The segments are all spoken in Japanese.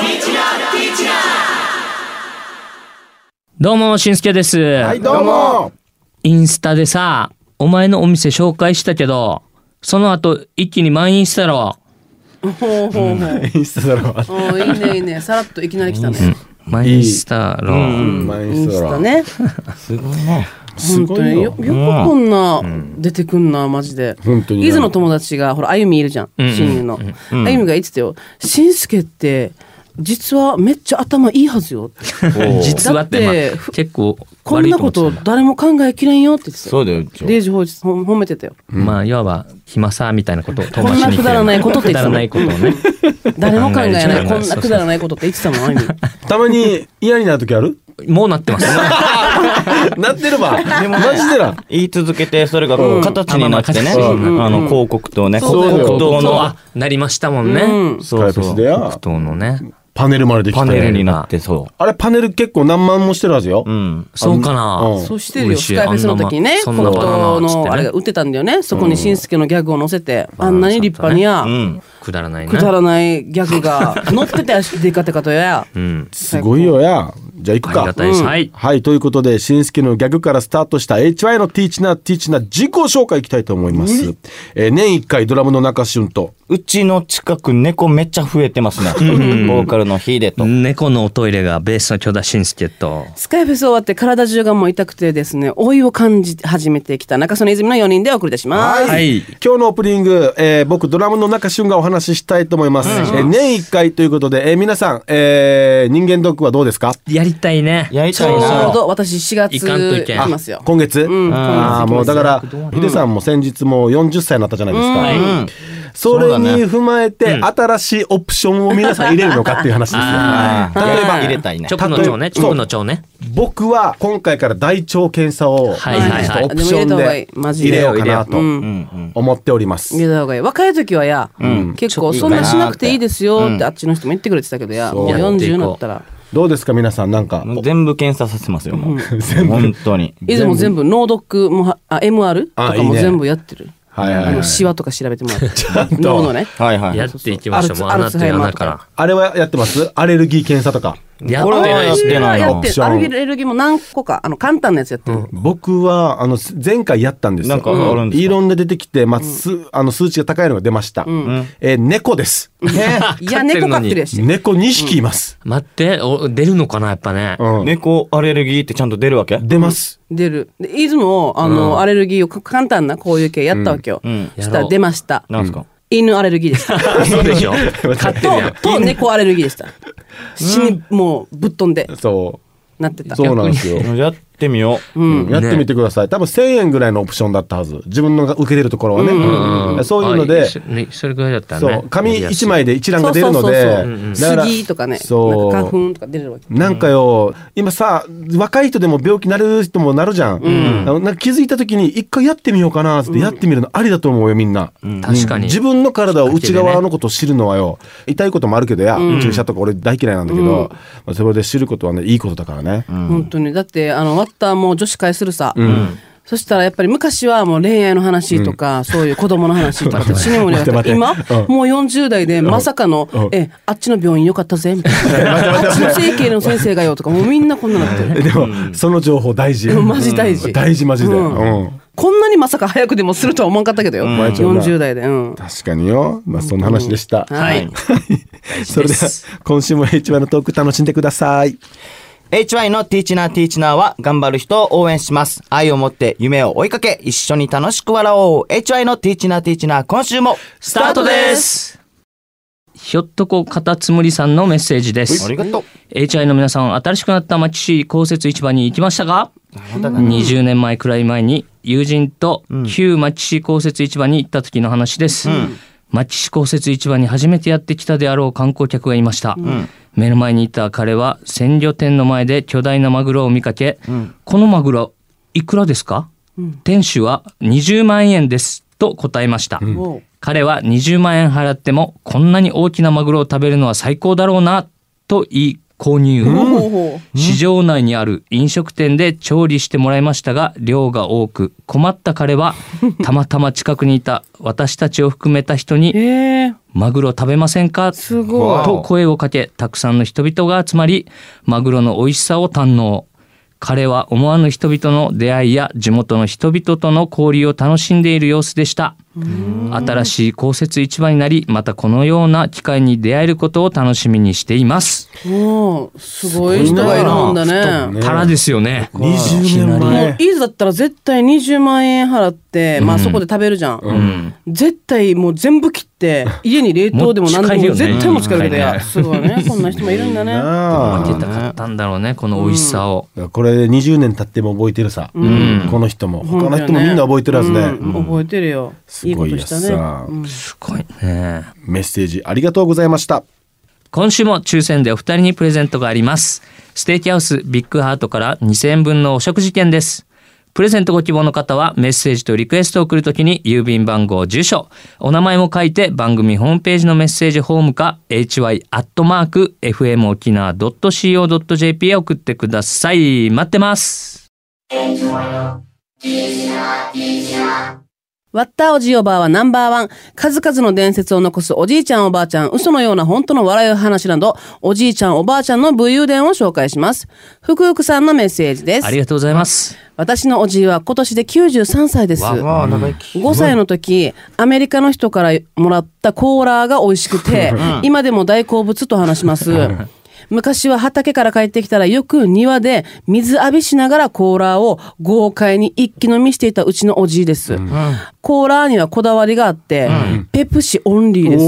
どうもしんすけです。 はい、どうも。 インスタでさ、お前のお店紹介したけど、その後一気に満員したろ。 インスタだろ。 いいねいいね、さらっといきなり来たね。 満員したろ。 満インス員したら。 タね。 すごいね。 本当によくこんな出てくんなマジで。 本当に。 伊豆の友達がほらあゆみいるじゃん、親友のあゆみが言ってたよ。しんすけって実はめっちゃ頭いいはずよ。 実はって、まあ、結構こんなこと誰も考えきれんよって言ってたよ。 そうだよ。 デイジ法律褒めてたよ。 まあいわば暇さみたいなことをこんなくだらないことって言ってたもん。 くだらないことをね。 誰も考えないこんなくだらないことって言ってたもんあゆみ。 たまに嫌になる時ある？ もうなってます。 なってれば。でもマジでな。 言い続けてそれが形になってね。広告塔ね。 広告塔のなりましたもんね。 そうそう。 広告塔のね。 パネルまでできた。 パネルになってそう。 あれパネル結構何万もしてるはずよ。 そうかな。 そうしてるよ。スカイフェスの時にね、広告塔のあれが売ってたんだよね。そこにしんすけのギャグを載せて、あんなに立派にやくだらないね。 くだらないギャグが載ってたやしでかてかとや。 すごいよや。じゃあ行くか。はい、ということでしんすけのギャグからスタートした HY のティーチナー自己紹介いきたいと思います。年1回ドラムの中旬と、 うちの近く猫めっちゃ増えてますね。ボーカルのヒデと。 猫のおトイレがベースの巨大しんすけと。 スカイフェス終わって体中がもう痛くてですね、老いを感じ始めてきた中曽根泉の4人でお送り出します。 はい。今日のオープニング、僕ドラムの中旬がお話ししたいと思います。年1回ということで、皆さん、人間ドックはどうですか？ やりたいね。 やりたいな。 ちょうど私4月行きますよ。 今月？もうだからヒデさんも先日もう40歳になったじゃないですか。それに踏まえて新しいオプションを皆さん入れるのかっていう話ですよ。例えば入れたいね。 直の腸ね。 僕は今回から大腸検査をオプションで入れようかなと思っております。 入れた方がいい。若い時はや結構そんなしなくていいですよってあっちの人も言ってくれてたけどや、もう40になったら。 どうですか皆さん、なんか全部検査させますよ。もう本当に。 いつも全部脳ドックもMR とかも全部やってる。シワとか調べてもらって脳のね。 やっていきましょう。もうあなたやなから。 あれはやってます？アレルギー検査とか。 やってないですね。 やってる。アレルギーも何個か簡単なやつやってる。 僕は前回やったんですよ。いろんな出てきて、数値が高いのが出ました。猫です。 いや猫飼ってるやし。 猫2匹います。 待って出るのかなやっぱね。 猫アレルギーってちゃんと出るわけ？ 出ます。 出る。いつもアレルギーを簡単なこういう系やったわけよ。したら出ました。 なんですか？ 犬アレルギーでした。 そうでしょ。飼ってるやん。 と猫アレルギーでした。死にもうぶっ飛んでなってた。 そうなんですよ。 やってみよう。やってみてください。多分1000円ぐらいのオプションだったはず。自分のが受けれるところはね。そういうので、 それぐらいだったらね。 紙1枚で一覧が出るので、 杉とかね、花粉とか出るわけ。 なんかよ、今さ、若い人でも病気なる人もなるじゃん。なんか気づいた時に一回やってみようかなってやってみるのありだと思うよみんな。 確かに。 自分の体を内側のことを知るのはよ、痛いこともあるけどや、注射とか俺大嫌いなんだけど、それで知ることはね、いいことだからね。 本当に。だってワッターも女子会するさ。そしたらやっぱり昔はもう恋愛の話とか、そういう子供の話とか死にもりが今もう40代でまさかのあっちの病院よかったぜみたいな、あっちの整形の先生がよとか、もうみんなこんななってる。 でもその情報大事。 マジ大事。 大事マジで。 こんなにまさか早くでもするとは思わんかったけどよ。40代で。 確かによ。そんな話でした。 はい。 それでは今週も HY のトーク楽しんでください。 HY のティーチナーは頑張る人を応援します。愛を持って夢を追いかけ、一緒に楽しく笑おう。HY のティーチナー今週もスタートです。ひょっとこカタツムリさんのメッセージです。 ありがとう。 HY の皆さん、新しくなった町市公設市場に行きましたか？20年前くらい前に友人と旧町市公設市場に行った時の話です。町市公設市場に初めてやってきたであろう観光客がいました。目の前にいた彼は鮮魚店の前で巨大なマグロを見かけ、このマグロいくらですか？店主は20万円ですと答えました。彼は20万円払ってもこんなに大きなマグロを食べるのは最高だろうなと言い購入。市場内にある飲食店で調理してもらいましたが、量が多く困った彼はたまたま近くにいた私たちを含めた人にマグロ食べませんかと声をかけ、たくさんの人々が集まり、マグロの美味しさを堪能。彼は思わぬ人々の出会いや地元の人々との交流を楽しんでいる様子でした。新しい公設市場になり、またこのような機会に出会えることを楽しみにしています。 すごい人がいるもんだね。 からですよね。 20年前。 いざだったら絶対20万円払って、まあそこで食べるじゃん。絶対もう全部切って家に冷凍でも何でも絶対持ち帰るけどや。すごいね。こんな人もいるんだね。 分けたかったんだろうね、この美味しさを。 これ20年経っても覚えてるさ。この人も他の人もみんな覚えてるはずね。 覚えてるよ。いいことしたね。 すごいね。 メッセージありがとうございました。 今週も抽選でお二人にプレゼントがあります。ステーキハウスビッグハートから2000円分のお食事券です。プレゼントご希望の方はメッセージとリクエストを送るときに郵便番号、住所、お名前も書いて番組ホームページのメッセージホームか hy@fmokinawa.co.jp へ送ってください。待ってます。 ワッターおじいおばあはナンバーワン。数々の伝説を残すおじいちゃんおばあちゃん、嘘のような本当の笑い話など、おじいちゃんおばあちゃんの武勇伝を紹介します。ふくふくさんのメッセージです。 ありがとうございます。 私のおじいは今年で93歳です。5歳の時、アメリカの人からもらったコーラが美味しくて、今でも大好物と話します。昔は畑から帰ってきたらよく庭で水浴びしながらコーラを豪快に一気飲みしていたうちのおじいです。コーラにはこだわりがあって、ペプシオンリーです。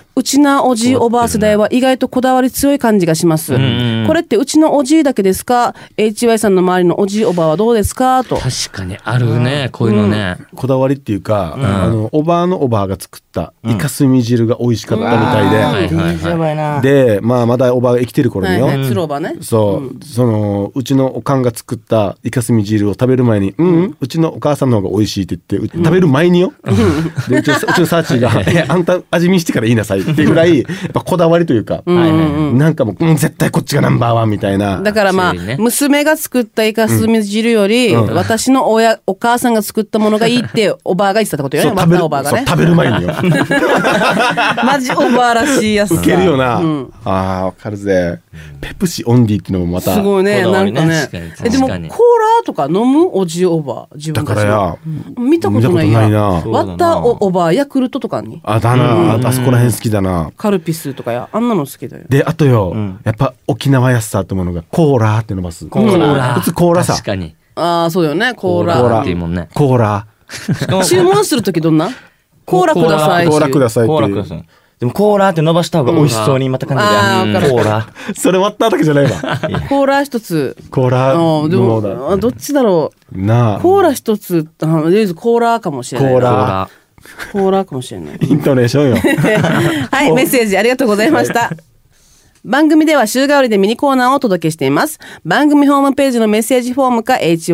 うちなおじいおばあ世代は意外とこだわり強い感じがします。これってうちのおじいだけですか？ HY さんの周りのおじいおばあはどうですか？と。 確かにあるね、こういうのね。 こだわりっていうか、おばあのおばあが作ったイカスミ汁が美味しかったみたいで、で、まあまだおばあが生きてる頃によ、 鶴おばね。 そう、そのうちのおかんが作ったイカスミ汁を食べる前に、うちのお母さんの方が美味しいって言って、食べる前によ。でうちのサーチーがあんた味見してから言いなさいっていうぐらいやっぱこだわりというか、なんかもう絶対こっちがナンバーワンみたいな。 だからまあ娘が作ったイカスミ汁より私のお母さんが作ったものがいいっておばあが言ってたってことよね。またおばあがね。 食べる前によ。 マジおばあらしいやつ。 ウケるよな。あ、わかるぜ。ペプシオンリーっていうのもまたすごいね。なんかね。でもコーラとか飲むおじおばあ自分たちだからや見たことないや。 な。 割ったおばあヤクルトとかに。 あだな、あそこら辺好きだな。 カルピスとかやあんなの好きだよ。 であとよ、やっぱ沖縄やすさってものがコーラって伸ばす。 コーラ。 普通コーラさ。 確かに。 ああそうよね、コーラっていうもんね。 コーラ。 注文するときどんな？コーラください。 コーラくださいっていう。 でもコーラって伸ばした方が美味しそうにまた感じで、コーラそれ割っただけじゃないわ。 コーラ一つ。 コーラでもどっちだろうなあ。 コーラ一つ、とりあえずコーラかもしれない。コーラかもしれない。 イントネーションよ。 はい、メッセージありがとうございました。番組では週替わりでミニコーナーをお届けしています。番組ホームページのメッセージフォームか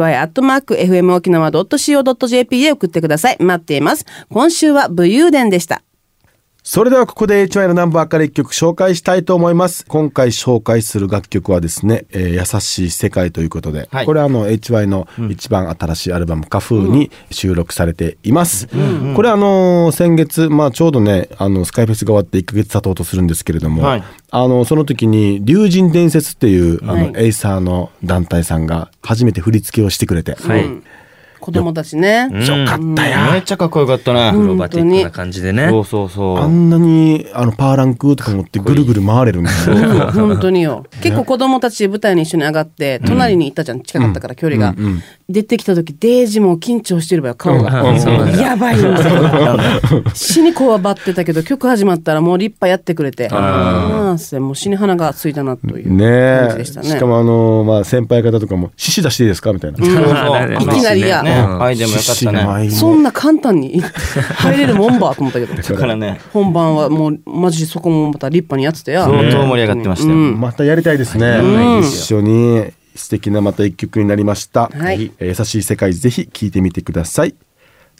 hy@fmokinawa.co.jp へ送ってください。待っています。今週は武勇伝でした。 それではここで HY のナンバーから一曲紹介したいと思います。今回紹介する楽曲はですね、優しい世界ということで、これはHY の一番新しいアルバム花風に収録されています。これ先月、ちょうどねスカイフェスが終わって1ヶ月経とうとするんですけれども、その時に龍神伝説っていうエイサーの団体さんが初めて振り付けをしてくれて、 子供たちね。 よかったや。 めっちゃかっこよかったね。 アクロバティックな感じでね。 そう。 あんなにパーランクとか持ってぐるぐる回れるんですよ。 本当によ。結構子供たち舞台に一緒に上がって隣に行ったじゃん、近かったから距離が。出てきた時デイジも緊張してるわよ、顔が。やばいんだよ。死にこわばってたけど曲始まったらもう立派やってくれて、もう死に鼻がついたなという感じでしたね。 しかも先輩方とかも獅子出していいですかみたいな。 いきなりや。 アイデアもよかったね。 そんな簡単に入れるもんばと思ったけど。 だからね。 本番はもうマジそこもまた立派にやってたよ。 相当盛り上がってましたよ。 またやりたいですね。一緒に素敵なまた一曲になりました。優しい世界ぜひ聴いてみてください。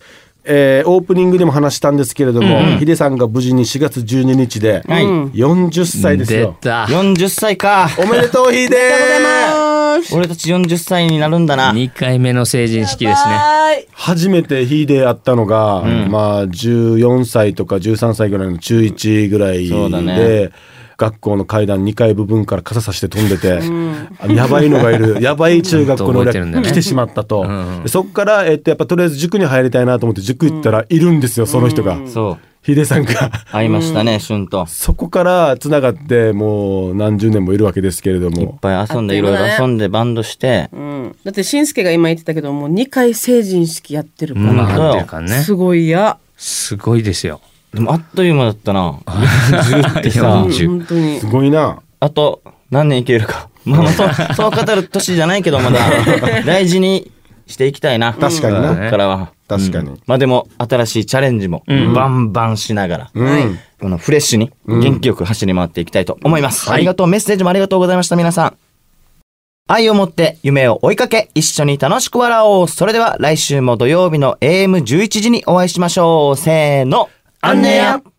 オープニングでも話したんですけれども、ヒデさんが無事に4月12日で40歳ですよ。 出た。 40歳か。 おめでとうヒデ。 俺たち40歳になるんだな。 2回目の成人式ですね。 初めてヒデ会ったのが、まあ14歳とか13歳ぐらいの中1ぐらいそうだで、 ね。 学校の階段2階部分から傘さして飛んでて、やばいのがいる、やばい中学校の俺が来てしまったと。でそっからやっぱとりあえず塾に入りたいなと思って塾行ったらいるんですよ、その人が。 そう。 ヒデさんが会いましたね、旬と。 そこからつながってもう何十年もいるわけですけれども、 いっぱい遊んでいろいろ遊んでバンドして、 だってしんすけが今言ってたけどもう2回成人式やってるから、 やってるからね。 すごいや。 すごいですよ。 でもあっという間だったな。40ってさ、 本当にすごいな。 あと何年いけるか。まあそう語る年じゃないけどまだ大事にしていきたいな。 確かにな。 ここからは。 確かに。 まあでも新しいチャレンジもバンバンしながら、このフレッシュに元気よく走り回っていきたいと思います。ありがとう。メッセージもありがとうございました。皆さん。愛を持って夢を追いかけ、一緒に楽しく笑おう。それでは来週も土曜日の AM11 時にお会いしましょう。せーの。 あんねや。